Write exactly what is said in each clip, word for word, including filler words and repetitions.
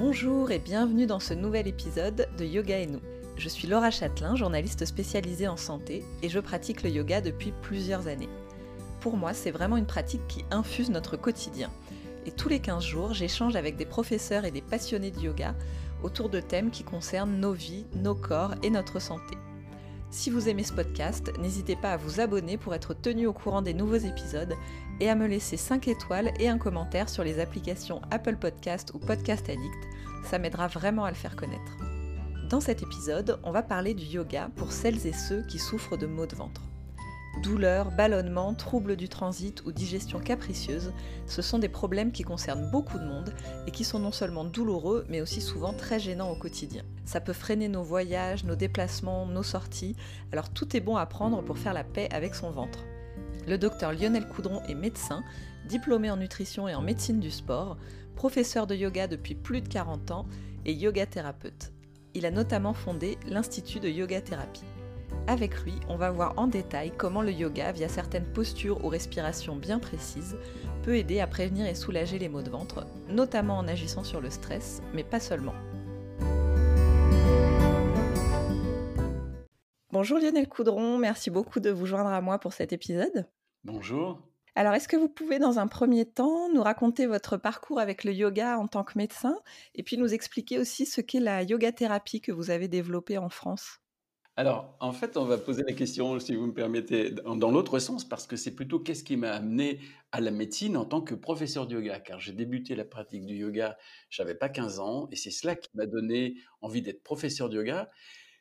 Bonjour et bienvenue dans ce nouvel épisode de Yoga et nous. Je suis Laura Châtelain, journaliste spécialisée en santé et je pratique le yoga depuis plusieurs années. Pour moi, c'est vraiment une pratique qui infuse notre quotidien. Et tous les quinze jours, j'échange avec des professeurs et des passionnés de yoga autour de thèmes qui concernent nos vies, nos corps et notre santé. Si vous aimez ce podcast, n'hésitez pas à vous abonner pour être tenu au courant des nouveaux épisodes et à me laisser cinq étoiles et un commentaire sur les applications Apple Podcast ou Podcast Addict, ça m'aidera vraiment à le faire connaître. Dans cet épisode, on va parler du yoga pour celles et ceux qui souffrent de maux de ventre. Douleurs, ballonnements, troubles du transit ou digestion capricieuse, ce sont des problèmes qui concernent beaucoup de monde et qui sont non seulement douloureux, mais aussi souvent très gênants au quotidien. Ça peut freiner nos voyages, nos déplacements, nos sorties, alors tout est bon à prendre pour faire la paix avec son ventre. Le docteur Lionel Coudron est médecin, diplômé en nutrition et en médecine du sport, professeur de yoga depuis plus de quarante ans et yoga thérapeute. Il a notamment fondé l'Institut de Yoga Thérapie. Avec lui, on va voir en détail comment le yoga, via certaines postures ou respirations bien précises, peut aider à prévenir et soulager les maux de ventre, notamment en agissant sur le stress, mais pas seulement. Bonjour Lionel Coudron, merci beaucoup de vous joindre à moi pour cet épisode. Bonjour. Alors, est-ce que vous pouvez, dans un premier temps, nous raconter votre parcours avec le yoga en tant que médecin, et puis nous expliquer aussi ce qu'est la yoga thérapie que vous avez développée en France ? Alors, en fait, on va poser la question, si vous me permettez, dans dans l'autre sens, parce que c'est plutôt qu'est-ce qui m'a amené à la médecine en tant que professeur de yoga, car j'ai débuté la pratique du yoga, j'avais pas quinze ans, et c'est cela qui m'a donné envie d'être professeur de yoga.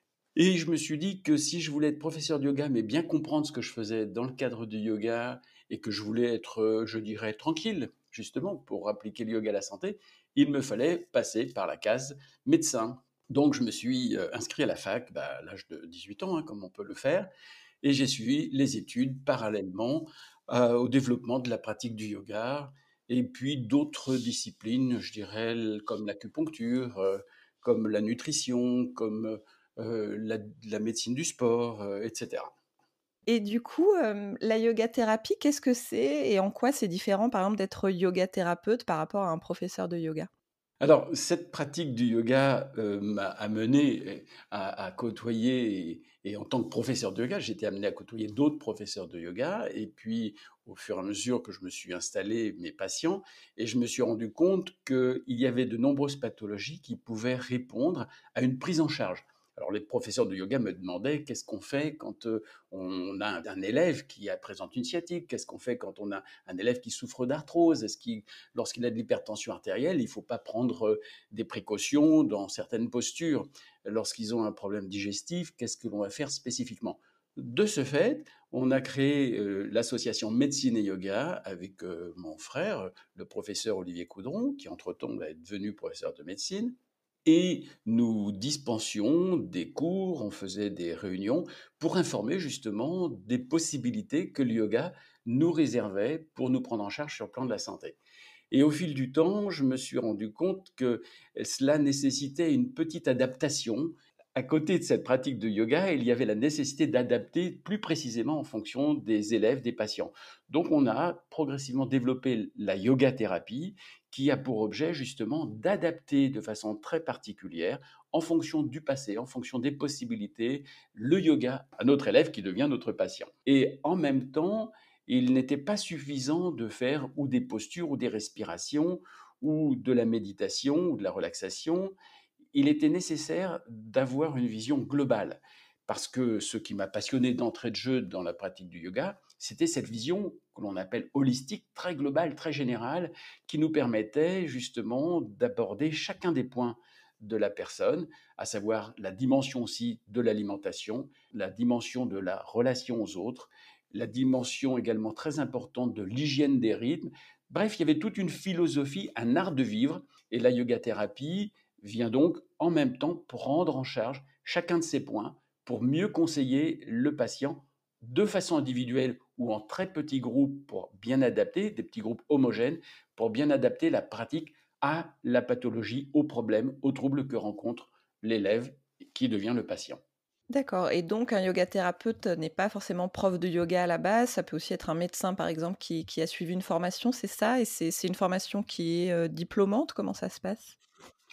Et je me suis dit que si je voulais être professeur de yoga, mais bien comprendre ce que je faisais dans le cadre du yoga, et que je voulais être, euh, je dirais, tranquille, justement, pour appliquer le yoga à la santé, il me fallait passer par la case médecin. Donc, je me suis euh, inscrit à la fac bah, à l'âge de dix-huit ans, hein, comme on peut le faire, et j'ai suivi les études parallèlement euh, au développement de la pratique du yoga, et puis d'autres disciplines, je dirais, l- comme l'acupuncture, euh, comme la nutrition, comme euh, la, la médecine du sport, euh, et cetera. Et du coup, euh, la yoga thérapie, qu'est-ce que c'est et en quoi c'est différent, par exemple, d'être yoga thérapeute par rapport à un professeur de yoga ? Alors, cette pratique du yoga euh, m'a amené euh, à, à côtoyer, et, et en tant que professeur de yoga, j'ai été amené à côtoyer d'autres professeurs de yoga, et puis au fur et à mesure que je me suis installé, mes patients, et je me suis rendu compte qu'il y avait de nombreuses pathologies qui pouvaient répondre à une prise en charge. Alors, les professeurs de yoga me demandaient qu'est-ce qu'on fait quand euh, on a un, un élève qui a, présente une sciatique, qu'est-ce qu'on fait quand on a un élève qui souffre d'arthrose, est-ce qu'il lorsqu'il a de l'hypertension artérielle, il ne faut pas prendre euh, des précautions dans certaines postures. Lorsqu'ils ont un problème digestif, qu'est-ce que l'on va faire spécifiquement ? De ce fait, on a créé euh, l'association Médecine et Yoga avec euh, mon frère, le professeur Olivier Coudron, qui entre-temps va être devenu professeur de médecine. Et nous dispensions des cours, on faisait des réunions pour informer justement des possibilités que le yoga nous réservait pour nous prendre en charge sur le plan de la santé. Et au fil du temps, je me suis rendu compte que cela nécessitait une petite adaptation. À côté de cette pratique de yoga, il y avait la nécessité d'adapter plus précisément en fonction des élèves, des patients. Donc on a progressivement développé la yoga thérapie qui a pour objet justement d'adapter de façon très particulière, en fonction du passé, en fonction des possibilités, le yoga à notre élève qui devient notre patient. Et en même temps, il n'était pas suffisant de faire ou des postures ou des respirations ou de la méditation ou de la relaxation. Il était nécessaire d'avoir une vision globale. Parce que ce qui m'a passionné d'entrée de jeu dans la pratique du yoga, c'était cette vision que l'on appelle holistique, très globale, très générale, qui nous permettait justement d'aborder chacun des points de la personne, à savoir la dimension aussi de l'alimentation, la dimension de la relation aux autres, la dimension également très importante de l'hygiène des rythmes. Bref, il y avait toute une philosophie, un art de vivre, et la yoga thérapie vient donc en même temps prendre en charge chacun de ces points pour mieux conseiller le patient de façon individuelle ou en très petits groupes pour bien adapter, des petits groupes homogènes, pour bien adapter la pratique à la pathologie, aux problèmes, aux troubles que rencontre l'élève qui devient le patient. D'accord, et donc un yoga thérapeute n'est pas forcément prof de yoga à la base, ça peut aussi être un médecin par exemple qui, qui a suivi une formation, c'est ça? Et c'est c'est une formation qui est euh, diplômante, comment ça se passe?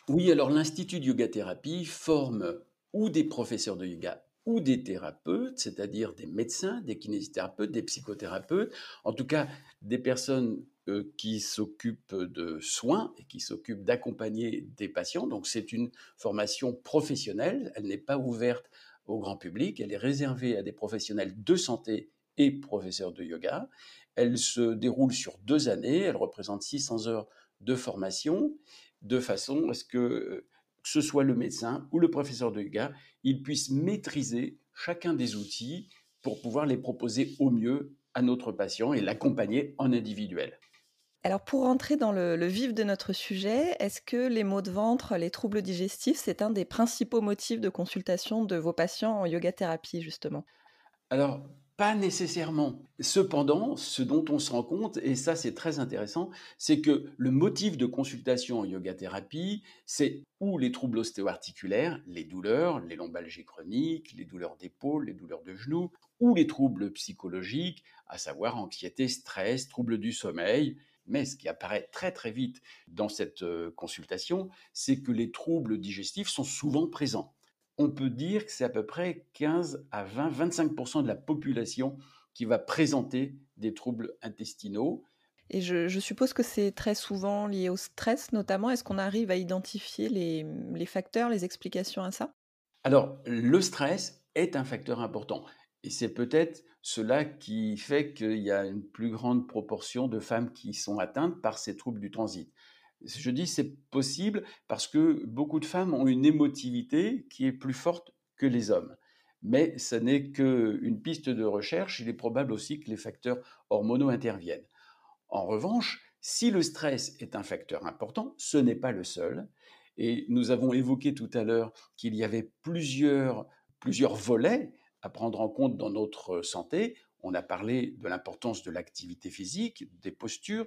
Oui, alors l'Institut de Yoga Thérapie forme ou des professeurs de yoga ou des thérapeutes, c'est-à-dire des médecins, des kinésithérapeutes, des psychothérapeutes, en tout cas des personnes euh, qui s'occupent de soins et qui s'occupent d'accompagner des patients. Donc c'est une formation professionnelle, elle n'est pas ouverte au grand public, elle est réservée à des professionnels de santé et professeurs de yoga. Elle se déroule sur deux années, elle représente six cents heures de formation de façon à ce que, euh, que ce soit le médecin ou le professeur de yoga, il puisse maîtriser chacun des outils pour pouvoir les proposer au mieux à notre patient et l'accompagner en individuel. Alors pour rentrer dans le, le vif de notre sujet, est-ce que les maux de ventre, les troubles digestifs, c'est un des principaux motifs de consultation de vos patients en yoga thérapie justement? Alors, pas nécessairement. Cependant, ce dont on se rend compte, et ça c'est très intéressant, c'est que le motif de consultation en yoga thérapie, c'est ou les troubles ostéo-articulaires, les douleurs, les lombalgies chroniques, les douleurs d'épaule, les douleurs de genoux, ou les troubles psychologiques, à savoir anxiété, stress, troubles du sommeil. Mais ce qui apparaît très très vite dans cette euh, consultation, c'est que les troubles digestifs sont souvent présents. On peut dire que c'est à peu près quinze à vingt, vingt-cinq pour cent de la population qui va présenter des troubles intestinaux. Et je, je suppose que c'est très souvent lié au stress notamment. Est-ce qu'on arrive à identifier les, les facteurs, les explications à ça? Alors, le stress est un facteur important et c'est peut-être cela qui fait qu'il y a une plus grande proportion de femmes qui sont atteintes par ces troubles du transit. Je dis c'est possible parce que beaucoup de femmes ont une émotivité qui est plus forte que les hommes. Mais ce n'est qu'une piste de recherche. Il est probable aussi que les facteurs hormonaux interviennent. En revanche, si le stress est un facteur important, ce n'est pas le seul. Et nous avons évoqué tout à l'heure qu'il y avait plusieurs, plusieurs volets à prendre en compte dans notre santé. On a parlé de l'importance de l'activité physique, des postures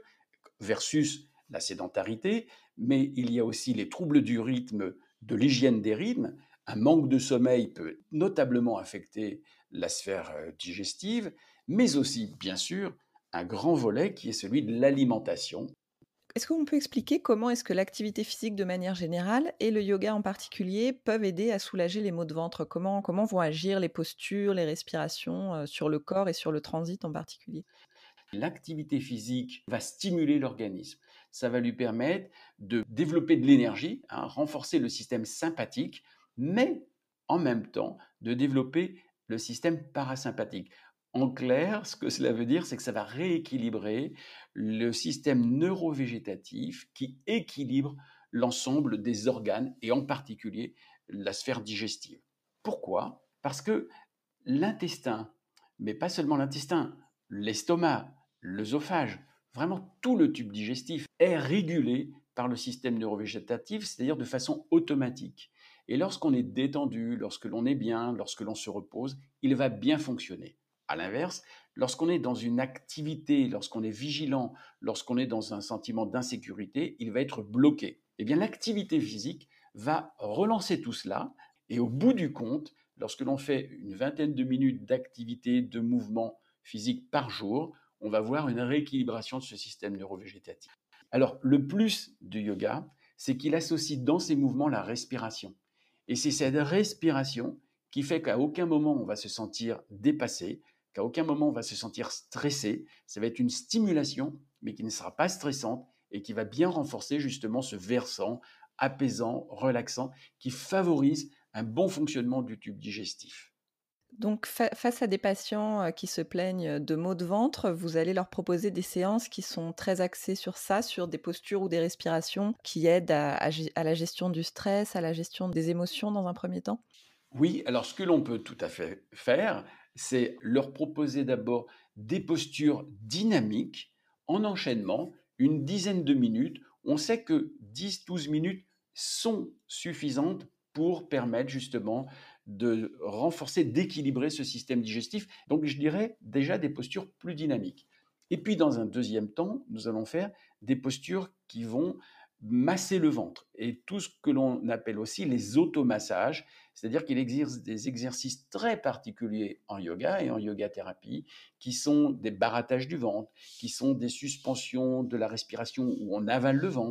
versus la sédentarité, mais il y a aussi les troubles du rythme, de l'hygiène des rythmes. Un manque de sommeil peut notablement affecter la sphère euh, digestive, mais aussi, bien sûr, un grand volet qui est celui de l'alimentation. Est-ce qu'on peut expliquer comment est-ce que l'activité physique de manière générale et le yoga en particulier peuvent aider à soulager les maux de ventre? Comment, comment vont agir les postures, les respirations euh, sur le corps et sur le transit en particulier? L'activité physique va stimuler l'organisme. Ça va lui permettre de développer de l'énergie, hein, renforcer le système sympathique, mais en même temps de développer le système parasympathique. En clair, ce que cela veut dire, c'est que ça va rééquilibrer le système neurovégétatif qui équilibre l'ensemble des organes et en particulier la sphère digestive. Pourquoi? Parce que l'intestin, mais pas seulement l'intestin, l'estomac, l'œsophage, vraiment tout le tube digestif est régulé par le système neurovégétatif, c'est-à-dire de façon automatique. Et lorsqu'on est détendu, lorsque l'on est bien, lorsque l'on se repose, il va bien fonctionner. À l'inverse, lorsqu'on est dans une activité, lorsqu'on est vigilant, lorsqu'on est dans un sentiment d'insécurité, il va être bloqué. Eh bien, l'activité physique va relancer tout cela et au bout du compte, lorsque l'on fait une vingtaine de minutes d'activité, de mouvement physique par jour, on va voir une rééquilibration de ce système neurovégétatif. Alors, le plus du yoga, c'est qu'il associe dans ses mouvements la respiration. Et c'est cette respiration qui fait qu'à aucun moment on va se sentir dépassé, qu'à aucun moment on va se sentir stressé. Ça va être une stimulation, mais qui ne sera pas stressante et qui va bien renforcer justement ce versant apaisant, relaxant, qui favorise un bon fonctionnement du tube digestif. Donc, fa- face à des patients euh, qui se plaignent de maux de ventre, vous allez leur proposer des séances qui sont très axées sur ça, sur des postures ou des respirations qui aident à, à gé- à la gestion du stress, à la gestion des émotions dans un premier temps? Oui, alors ce que l'on peut tout à fait faire, c'est leur proposer d'abord des postures dynamiques en enchaînement, une dizaine de minutes. On sait que dix douze minutes sont suffisantes pour permettre justement de renforcer, d'équilibrer ce système digestif. Donc je dirais déjà des postures plus dynamiques. Et puis dans un deuxième temps, nous allons faire des postures qui vont masser le ventre et tout ce que l'on appelle aussi les automassages, c'est-à-dire qu'il existe des exercices très particuliers en yoga et en yoga thérapie qui sont des barattages du ventre, qui sont des suspensions de la respiration où on avale le ventre,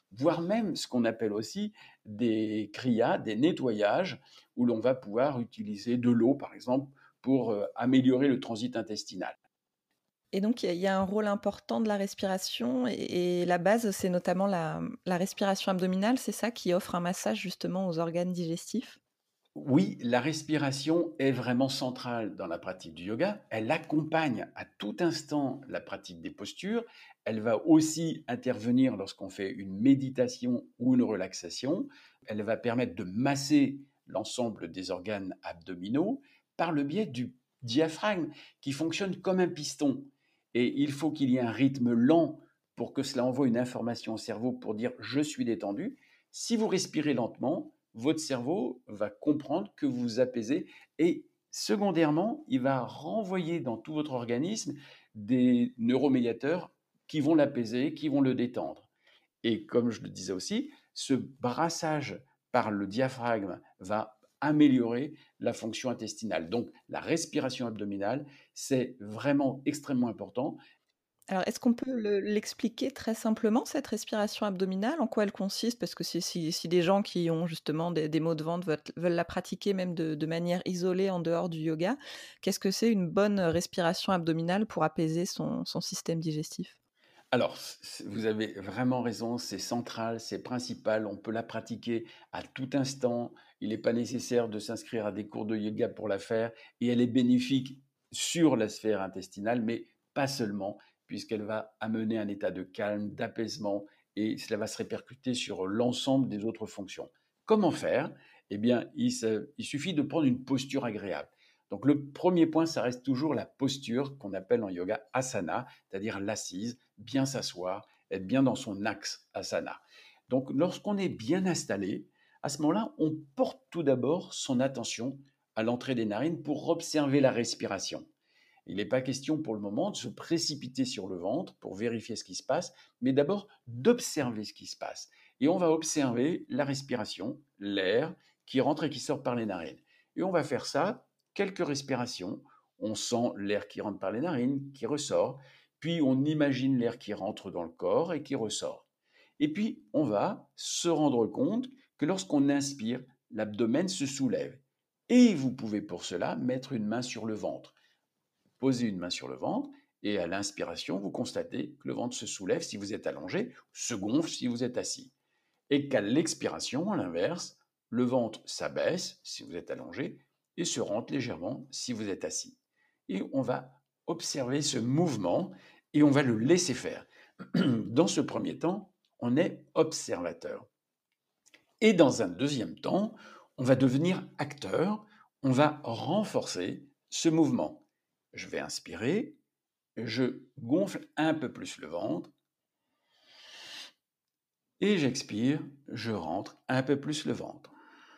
voire même ce qu'on appelle aussi des kriyas, des nettoyages, où l'on va pouvoir utiliser de l'eau, par exemple, pour euh, améliorer le transit intestinal. Et donc, il y a il y a un rôle important de la respiration et et la base, c'est notamment la, la respiration abdominale, c'est ça qui offre un massage justement aux organes digestifs? Oui, la respiration est vraiment centrale dans la pratique du yoga. Elle accompagne à tout instant la pratique des postures. Elle va aussi intervenir lorsqu'on fait une méditation ou une relaxation. Elle va permettre de masser l'ensemble des organes abdominaux par le biais du diaphragme qui fonctionne comme un piston. Et il faut qu'il y ait un rythme lent pour que cela envoie une information au cerveau pour dire je suis détendu. Si vous respirez lentement, votre cerveau va comprendre que vous vous apaisez et secondairement, il va renvoyer dans tout votre organisme des neuromédiateurs qui vont l'apaiser, qui vont le détendre. Et comme je le disais aussi, ce brassage par le diaphragme va améliorer la fonction intestinale. Donc la respiration abdominale, c'est vraiment extrêmement important. Alors, est-ce qu'on peut le l'expliquer très simplement, cette respiration abdominale? En quoi elle consiste? Parce que si si si des gens qui ont justement des des maux de ventre veulent veulent la pratiquer même de de manière isolée en dehors du yoga, qu'est-ce que c'est une bonne respiration abdominale pour apaiser son son système digestif? Alors, c- vous avez vraiment raison, c'est central, c'est principal, on peut la pratiquer à tout instant. Il n'est pas nécessaire de s'inscrire à des cours de yoga pour la faire et elle est bénéfique sur la sphère intestinale, mais pas seulement, puisqu'elle va amener un état de calme, d'apaisement et cela va se répercuter sur l'ensemble des autres fonctions. Comment faire? Eh bien, il, se- il suffit de prendre une posture agréable. Donc, le premier point, ça reste toujours la posture qu'on appelle en yoga asana, c'est-à-dire l'assise, bien s'asseoir, être bien dans son axe asana. Donc, lorsqu'on est bien installé, à ce moment-là, on porte tout d'abord son attention à l'entrée des narines pour observer la respiration. Il n'est pas question pour le moment de se précipiter sur le ventre pour vérifier ce qui se passe, mais d'abord d'observer ce qui se passe. Et on va observer la respiration, l'air qui rentre et qui sort par les narines. Et on va faire ça quelques respirations. On sent l'air qui rentre par les narines, qui ressort. Puis on imagine l'air qui rentre dans le corps et qui ressort. Et puis on va se rendre compte que lorsqu'on inspire, l'abdomen se soulève. Et vous pouvez pour cela mettre une main sur le ventre. Posez une main sur le ventre et à l'inspiration, vous constatez que le ventre se soulève si vous êtes allongé, se gonfle si vous êtes assis. Et qu'à l'expiration, à l'inverse, le ventre s'abaisse si vous êtes allongé et se rentre légèrement si vous êtes assis. Et on va observer ce mouvement et on va le laisser faire. Dans ce premier temps, on est observateur. Et dans un deuxième temps, on va devenir acteur, on va renforcer ce mouvement. Je vais inspirer, je gonfle un peu plus le ventre et j'expire, je rentre un peu plus le ventre.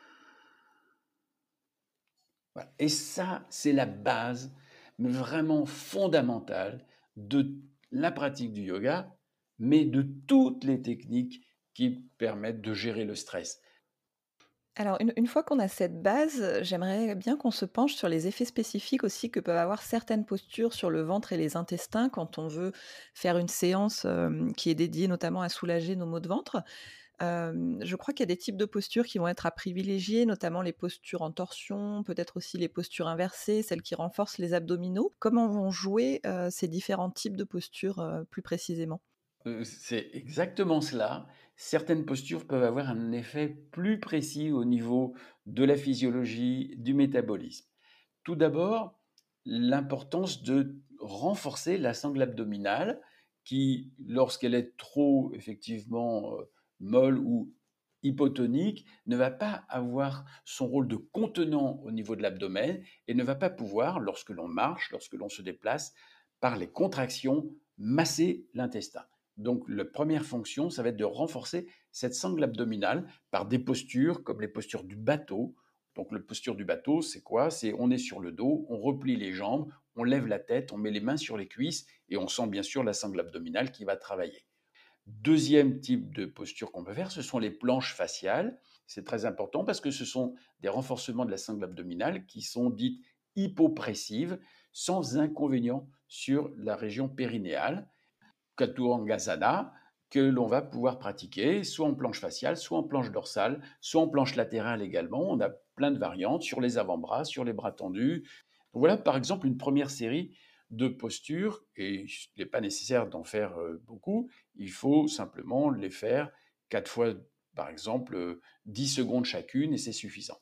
Voilà. Et ça, c'est la base, mais vraiment fondamentale de la pratique du yoga, mais de toutes les techniques qui permettent de gérer le stress. Alors une une fois qu'on a cette base, j'aimerais bien qu'on se penche sur les effets spécifiques aussi que peuvent avoir certaines postures sur le ventre et les intestins quand on veut faire une séance, hem, qui est dédiée notamment à soulager nos maux de ventre. Hem, je crois qu'il y a des types de postures qui vont être à privilégier, notamment les postures en torsion, peut-être aussi les postures inversées, celles qui renforcent les abdominaux. Comment vont jouer, heu, ces différents types de postures, heu, plus précisément? Euh, C'est exactement cela. Certaines postures peuvent avoir un effet plus précis au niveau de la physiologie, du métabolisme. Tout d'abord, l'importance de renforcer la sangle abdominale qui, lorsqu'elle est trop effectivement euh, molle ou hypotonique, ne va pas avoir son rôle de contenant au niveau de l'abdomen et ne va pas pouvoir, lorsque l'on marche, lorsque l'on se déplace, par les contractions, masser l'intestin. Donc, la première fonction, ça va être de renforcer cette sangle abdominale par des postures comme les postures du bateau. Donc, la posture du bateau, c'est quoi? C'est on est sur le dos, on replie les jambes, on lève la tête, on met les mains sur les cuisses et on sent bien sûr la sangle abdominale qui va travailler. Deuxième type de posture qu'on peut faire, ce sont les planches faciales. C'est très important parce que ce sont des renforcements de la sangle abdominale qui sont dites hypopressives, sans inconvénient sur la région périnéale. Chaturanga, que l'on va pouvoir pratiquer, soit en planche faciale, soit en planche dorsale, soit en planche latérale également. On a plein de variantes sur les avant-bras, sur les bras tendus. Donc voilà, par exemple, une première série de postures, et il n'est pas nécessaire d'en faire euh, beaucoup, il faut simplement les faire quatre fois, par exemple, euh, dix secondes chacune, et c'est suffisant.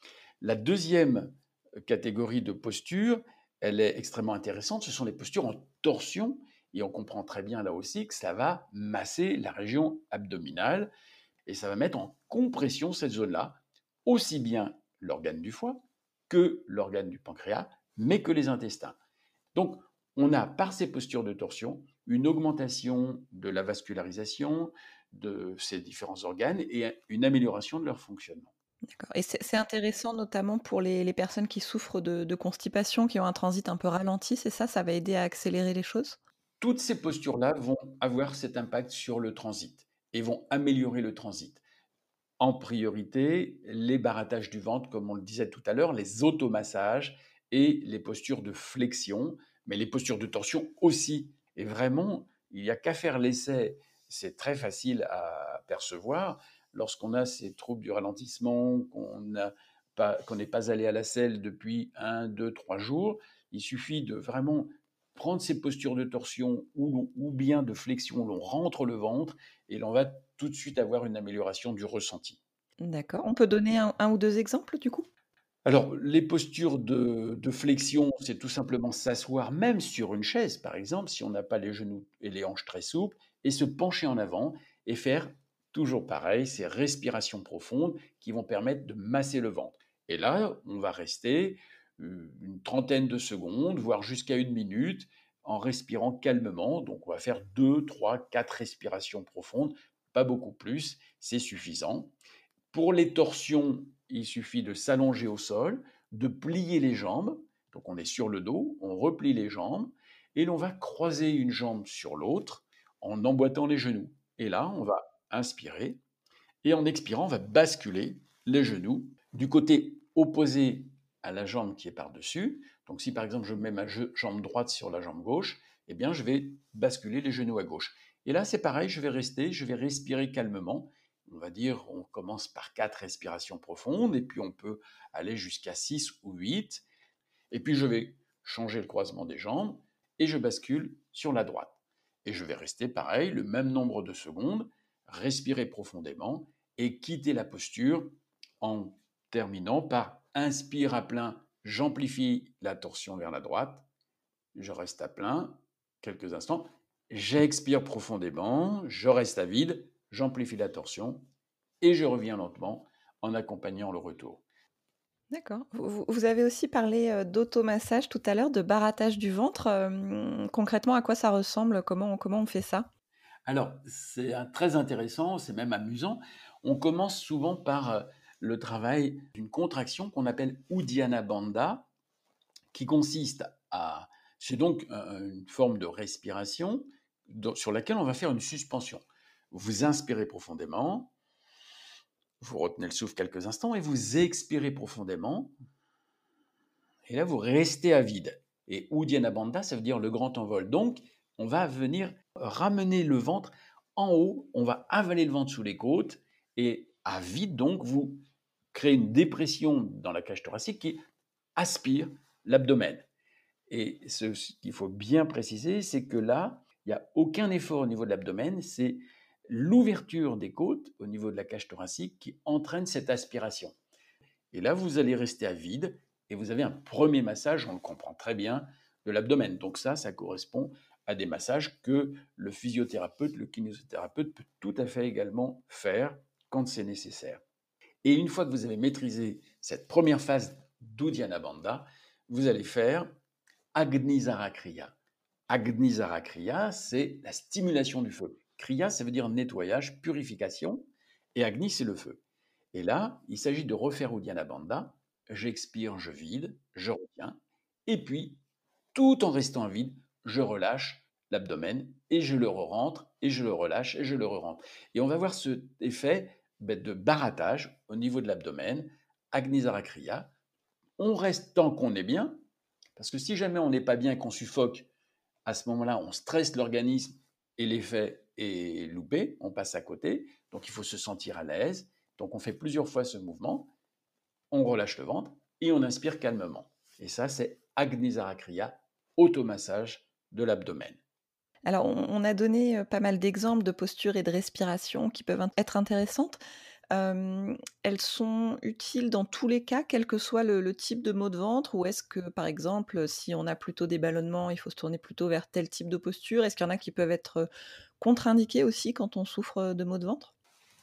La deuxième catégorie de postures, elle est extrêmement intéressante, ce sont les postures en torsion, et on comprend très bien là aussi que ça va masser la région abdominale, et ça va mettre en compression cette zone-là, aussi bien l'organe du foie que l'organe du pancréas, mais que les intestins. Donc, on a, par ces postures de torsion, une augmentation de la vascularisation de ces différents organes et une amélioration de leur fonctionnement. D'accord. Et c'est c'est intéressant notamment pour les, les personnes qui souffrent de, de constipation, qui ont un transit un peu ralenti, c'est ça? Ça va aider à accélérer les choses? Toutes ces postures-là vont avoir cet impact sur le transit et vont améliorer le transit. En priorité, les barattages du ventre, comme on le disait tout à l'heure, les automassages et les postures de flexion, mais les postures de torsion aussi. Et vraiment, il n'y a qu'à faire l'essai. C'est très facile à percevoir. Lorsqu'on a ces troubles du ralentissement, qu'on n'a pas, qu'on n'est pas allé à la selle depuis un, deux, trois jours, il suffit de vraiment prendre ces postures de torsion ou, ou bien de flexion où l'on rentre le ventre et l'on va tout de suite avoir une amélioration du ressenti. D'accord. On peut donner un, un ou deux exemples du coup? Alors, les postures de, de flexion, c'est tout simplement s'asseoir même sur une chaise, par exemple, si on n'a pas les genoux et les hanches très souples, et se pencher en avant et faire toujours pareil, ces respirations profondes qui vont permettre de masser le ventre. Et là, on va rester euh, une trentaine de secondes, voire jusqu'à une minute, en respirant calmement. Donc, on va faire deux, trois, quatre respirations profondes, pas beaucoup plus, c'est suffisant. Pour les torsions, il suffit de s'allonger au sol, de plier les jambes. Donc on est sur le dos, on replie les jambes et l'on va croiser une jambe sur l'autre en emboîtant les genoux. Et là, on va inspirer et en expirant, on va basculer les genoux du côté opposé à la jambe qui est par-dessus. Donc si par exemple je mets ma jambe droite sur la jambe gauche, eh bien je vais basculer les genoux à gauche. Et là c'est pareil, je vais rester, je vais respirer calmement. On va dire, on commence par quatre respirations profondes et puis on peut aller jusqu'à six ou huit. Et puis je vais changer le croisement des jambes et je bascule sur la droite. Et je vais rester pareil, le même nombre de secondes, respirer profondément et quitter la posture en terminant par inspire à plein, j'amplifie la torsion vers la droite, je reste à plein quelques instants, j'expire profondément, je reste à vide, j'amplifie la torsion et je reviens lentement en accompagnant le retour. D'accord. Vous, vous- vous avez aussi parlé euh, d'automassage tout à l'heure, de barattage du ventre. Euh, concrètement, à quoi ça ressemble? Comment, comment on fait ça? Alors, c'est très intéressant, c'est même amusant. On commence souvent par euh, le travail d'une contraction qu'on appelle Uddiyana Bandha, qui consiste à... C'est donc euh, une forme de respiration sur laquelle on va faire une suspension. Vous inspirez profondément, vous retenez le souffle quelques instants et vous expirez profondément. Et là, vous restez à vide. Et Uddiyana Bandha, ça veut dire le grand envol. Donc, on va venir ramener le ventre en haut, on va avaler le ventre sous les côtes, et à vide, donc, vous créez une dépression dans la cage thoracique qui aspire l'abdomen. Et ce qu'il faut bien préciser, c'est que là, il n'y a aucun effort au niveau de l'abdomen, c'est l'ouverture des côtes au niveau de la cage thoracique qui entraîne cette aspiration. Et là, vous allez rester à vide et vous avez un premier massage, on le comprend très bien, de l'abdomen. Donc ça, ça correspond à des massages que le physiothérapeute, le kinésithérapeute peut tout à fait également faire quand c'est nécessaire. Et une fois que vous avez maîtrisé cette première phase d'Uddiyana Bandha, vous allez faire Agnisara Kriya. Agnisara Kriya, c'est la stimulation du feu. Kriya, ça veut dire nettoyage, purification, et Agni, c'est le feu. Et là, il s'agit de refaire Uddiyana Bandha. J'expire, je vide, je retiens, et puis, tout en restant vide, je relâche l'abdomen, et je le re-rentre, et je le relâche, et je le re-rentre. Et on va voir cet effet de barattage au niveau de l'abdomen, Agnisara Kriya. On reste tant qu'on est bien, parce que si jamais on n'est pas bien et qu'on suffoque, à ce moment-là, on stresse l'organisme et l'effet est loupé, on passe à côté. Donc, il faut se sentir à l'aise. Donc, on fait plusieurs fois ce mouvement. On relâche le ventre et on inspire calmement. Et ça, c'est Agni Zarakriya, automassage de l'abdomen. Alors, on, on a donné euh, pas mal d'exemples de postures et de respiration qui peuvent int- être intéressantes. Euh, elles sont utiles dans tous les cas, quel que soit le, le type de maux de ventre, ou est-ce que, par exemple, si on a plutôt des ballonnements, il faut se tourner plutôt vers tel type de posture? Est-ce qu'il y en a qui peuvent être euh, contre-indiqués aussi quand on souffre de maux de ventre?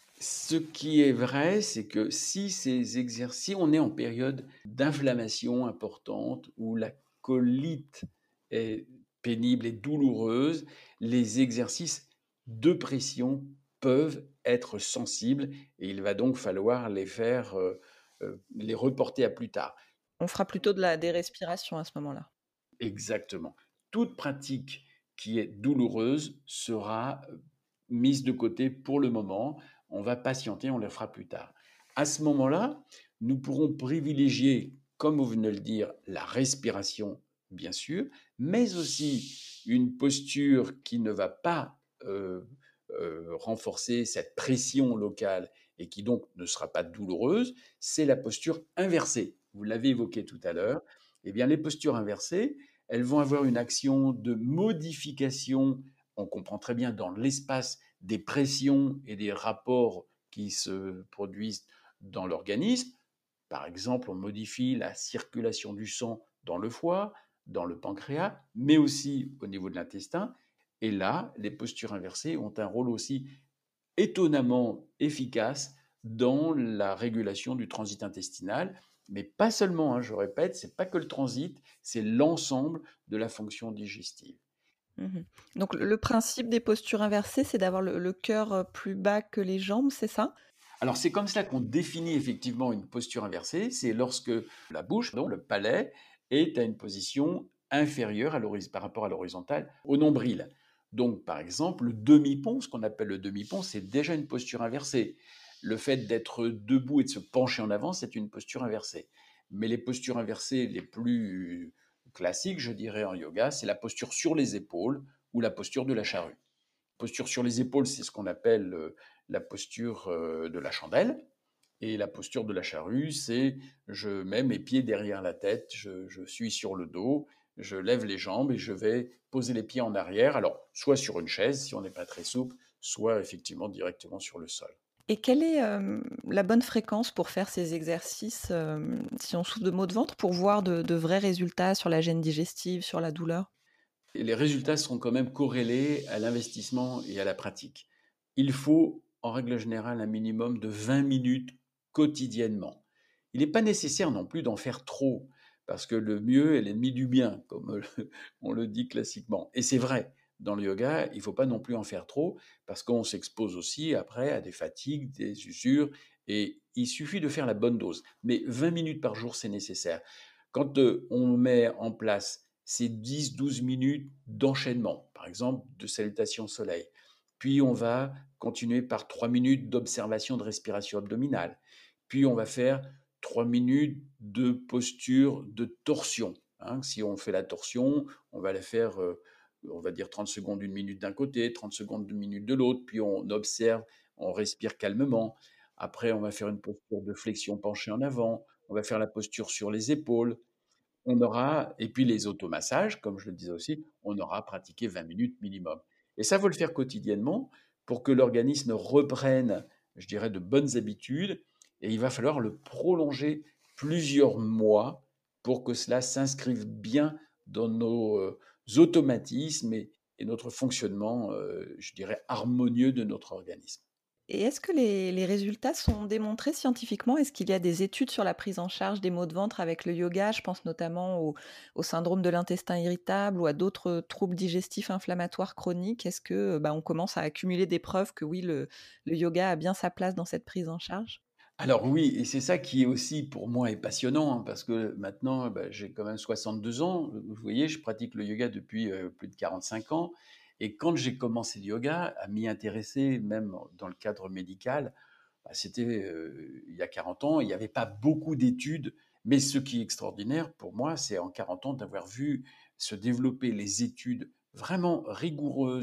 Ce qui est vrai, c'est que si ces exercices, si on est en période d'inflammation importante où la colite est pénible et douloureuse, les exercices de pression peuvent être sensibles et il va donc falloir les faire, euh, euh, les reporter à plus tard. On fera plutôt de la des respirations à ce moment-là. Exactement. Toute pratique qui est douloureuse sera euh, mise de côté pour le moment. On va patienter, on le fera plus tard. À ce moment-là, nous pourrons privilégier, comme vous venez de le dire, la respiration, bien sûr, mais aussi une posture qui ne va pas euh, euh, renforcer cette pression locale et qui donc ne sera pas douloureuse, c'est la posture inversée. Vous l'avez évoqué tout à l'heure. Eh bien, les postures inversées, elles vont avoir une action de modification, on comprend très bien, dans l'espace des pressions et des rapports qui se produisent dans l'organisme. Par exemple, on modifie la circulation du sang dans le foie, dans le pancréas, mais aussi au niveau de l'intestin. Et là, les postures inversées ont un rôle aussi étonnamment efficace dans la régulation du transit intestinal, mais pas seulement, hein, je répète, c'est pas que le transit, c'est l'ensemble de la fonction digestive. Mmh. Donc le le principe des postures inversées, c'est d'avoir le le cœur, heu, plus bas que les jambes, c'est ça? Alors c'est comme cela qu'on définit effectivement une posture inversée, c'est lorsque la bouche, donc le palais, est à une position inférieure à l'horiz- par rapport à l'horizontale au nombril. Donc par exemple, le demi-pont, ce qu'on appelle le demi-pont, c'est déjà une posture inversée. Le fait d'être debout et de se pencher en avant, c'est une posture inversée. Mais les postures inversées les plus classiques, je dirais en yoga, c'est la posture sur les épaules ou la posture de la charrue. Posture sur les épaules, c'est ce qu'on appelle euh, la posture euh, de la chandelle. Et la posture de la charrue, c'est je mets mes pieds derrière la tête, je, je suis sur le dos, je lève les jambes et je vais poser les pieds en arrière. Alors, soit sur une chaise, si on n'est pas très souple, soit effectivement directement sur le sol. Et quelle est, hem, la bonne fréquence pour faire ces exercices, hem, si on souffre de maux de ventre, pour voir de de vrais résultats sur la gêne digestive, sur la douleur? Et les résultats seront quand même corrélés à l'investissement et à la pratique. Il faut, en règle générale, un minimum de vingt minutes quotidiennement. Il n'est pas nécessaire non plus d'en faire trop, parce que le mieux est l'ennemi du bien, comme on le dit classiquement. Et c'est vrai, dans le yoga, il ne faut pas non plus en faire trop, parce qu'on s'expose aussi après à des fatigues, des usures, et il suffit de faire la bonne dose. Mais vingt minutes par jour, c'est nécessaire. Quand euh, on met en place ces dix douze minutes d'enchaînement, par exemple de salutation au soleil, puis on va continuer par trois minutes d'observation de respiration abdominale, puis on va faire trois minutes de posture de torsion. Hein. Si on fait la torsion, on va la faire, euh, on va dire trente secondes, une minute d'un côté, trente secondes, une minute de l'autre, puis on observe, on respire calmement. Après, on va faire une posture de flexion penchée en avant, on va faire la posture sur les épaules. On aura, et puis les automassages, comme je le disais aussi, on aura pratiqué vingt minutes minimum. Et ça, il faut le faire quotidiennement pour que l'organisme reprenne, je dirais, de bonnes habitudes. Et il va falloir le prolonger plusieurs mois pour que cela s'inscrive bien dans nos euh, automatismes et, et notre fonctionnement, euh, je dirais, harmonieux de notre organisme. Et est-ce que les les résultats sont démontrés scientifiquement? Est-ce qu'il y a des études sur la prise en charge des maux de ventre avec le yoga? Je pense notamment au au syndrome de l'intestin irritable ou à d'autres troubles digestifs inflammatoires chroniques. Est-ce que, bah, on commence à accumuler des preuves que oui, le le yoga a bien sa place dans cette prise en charge? Alors oui, et c'est ça qui est aussi pour moi est passionnant, hein, parce que maintenant, bah, j'ai quand même soixante-deux ans. Vous voyez, je pratique le yoga depuis euh, plus de quarante-cinq ans. Et quand j'ai commencé le yoga, à m'y intéresser, même dans le cadre médical, bah, c'était euh, il y a quarante ans, il n'y avait pas beaucoup d'études. Mais ce qui est extraordinaire pour moi, c'est en quarante ans d'avoir vu se développer les études vraiment rigoureuses,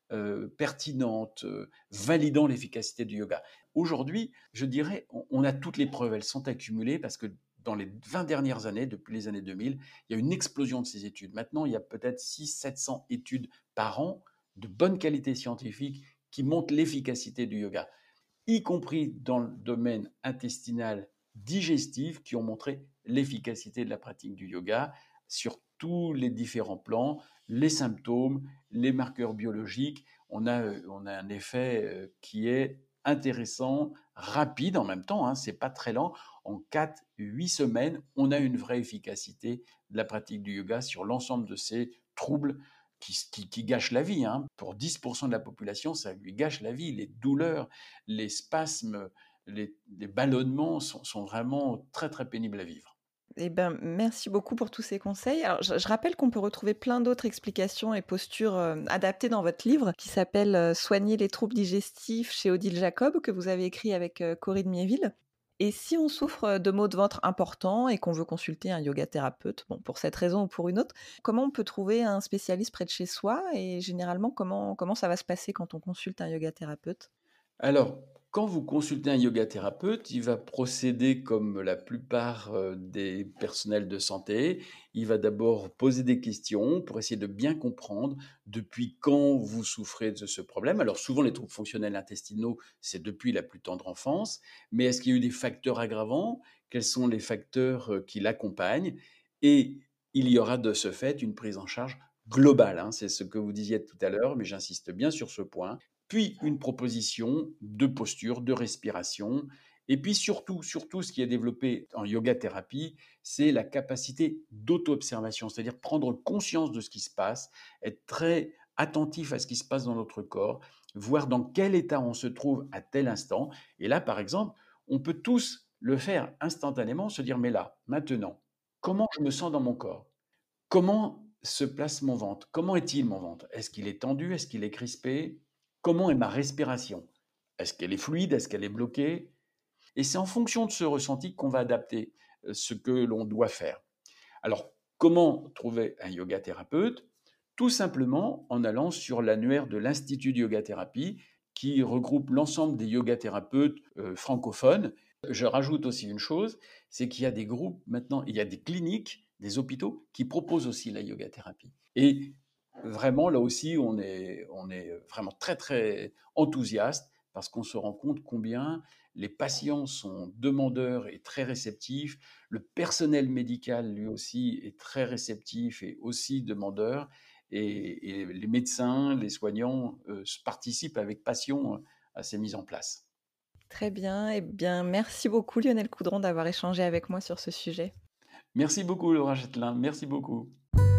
euh, pertinentes, euh, validant l'efficacité du yoga. Aujourd'hui, je dirais, on, on a toutes les preuves, elles sont accumulées parce que dans les vingt dernières années, depuis les années deux mille, il y a une explosion de ces études. Maintenant, il y a peut-être six cents à sept cents études par an de bonne qualité scientifique qui montrent l'efficacité du yoga, y compris dans le domaine intestinal digestif, qui ont montré l'efficacité de la pratique du yoga sur tous les différents plans, les symptômes, les marqueurs biologiques. On a, on a un effet qui est intéressant, rapide en même temps, hein, c'est pas très lent. En quatre à huit semaines, on a une vraie efficacité de la pratique du yoga sur l'ensemble de ces troubles qui, qui, qui gâchent la vie. Hein. Pour dix pour cent de la population, ça lui gâche la vie. Les douleurs, les spasmes, les, les ballonnements sont, sont vraiment très, très pénibles à vivre. Eh ben, merci beaucoup pour tous ces conseils. Alors, je, je rappelle qu'on peut retrouver plein d'autres explications et postures euh, adaptées dans votre livre qui s'appelle euh, Soigner les troubles digestifs chez Odile Jacob, que vous avez écrit avec euh, Corinne Miéville. Et si on souffre de maux de ventre importants et qu'on veut consulter un yoga thérapeute, bon, pour cette raison ou pour une autre, comment on peut trouver un spécialiste près de chez soi et généralement, comment, comment ça va se passer quand on consulte un yoga thérapeute? Alors, quand vous consultez un yoga thérapeute, il va procéder comme la plupart euh, des personnels de santé. Il va d'abord poser des questions pour essayer de bien comprendre depuis quand vous souffrez de ce problème. Alors souvent, les troubles fonctionnels intestinaux, c'est depuis la plus tendre enfance. Mais est-ce qu'il y a eu des facteurs aggravants? Quels sont les facteurs euh, qui l'accompagnent? Et il y aura de ce fait une prise en charge globale, hein. C'est ce que vous disiez tout à l'heure, mais j'insiste bien sur ce point. Puis une proposition de posture, de respiration. Et puis surtout, surtout, ce qui est développé en yoga thérapie, c'est la capacité d'auto-observation, c'est-à-dire prendre conscience de ce qui se passe, être très attentif à ce qui se passe dans notre corps, voir dans quel état on se trouve à tel instant. Et là, par exemple, on peut tous le faire instantanément, se dire, mais là, maintenant, comment je me sens dans mon corps? Comment se place mon ventre? Comment est-il mon ventre? Est-ce qu'il est tendu? Est-ce qu'il est crispé? Comment est ma respiration? Est-ce qu'elle est fluide? Est-ce qu'elle est bloquée? Et c'est en fonction de ce ressenti qu'on va adapter ce que l'on doit faire. Alors, comment trouver un yoga thérapeute? Tout simplement en allant sur l'annuaire de l'Institut de Yoga Thérapie qui regroupe l'ensemble des yoga thérapeutes euh, francophones. Je rajoute aussi une chose, c'est qu'il y a des groupes maintenant, il y a des cliniques, des hôpitaux qui proposent aussi la yoga thérapie. Et vraiment, là aussi, on est, on est vraiment très, très enthousiaste parce qu'on se rend compte combien les patients sont demandeurs et très réceptifs. Le personnel médical, lui aussi, est très réceptif et aussi demandeur. Et, et les médecins, les soignants euh, participent avec passion à ces mises en place. Très bien. Eh bien, merci beaucoup Lionel Coudron d'avoir échangé avec moi sur ce sujet. Merci beaucoup Laura Châtelain, merci beaucoup.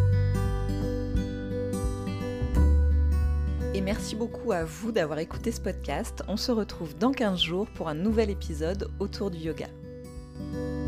Et merci beaucoup à vous d'avoir écouté ce podcast. On se retrouve dans quinze jours pour un nouvel épisode autour du yoga.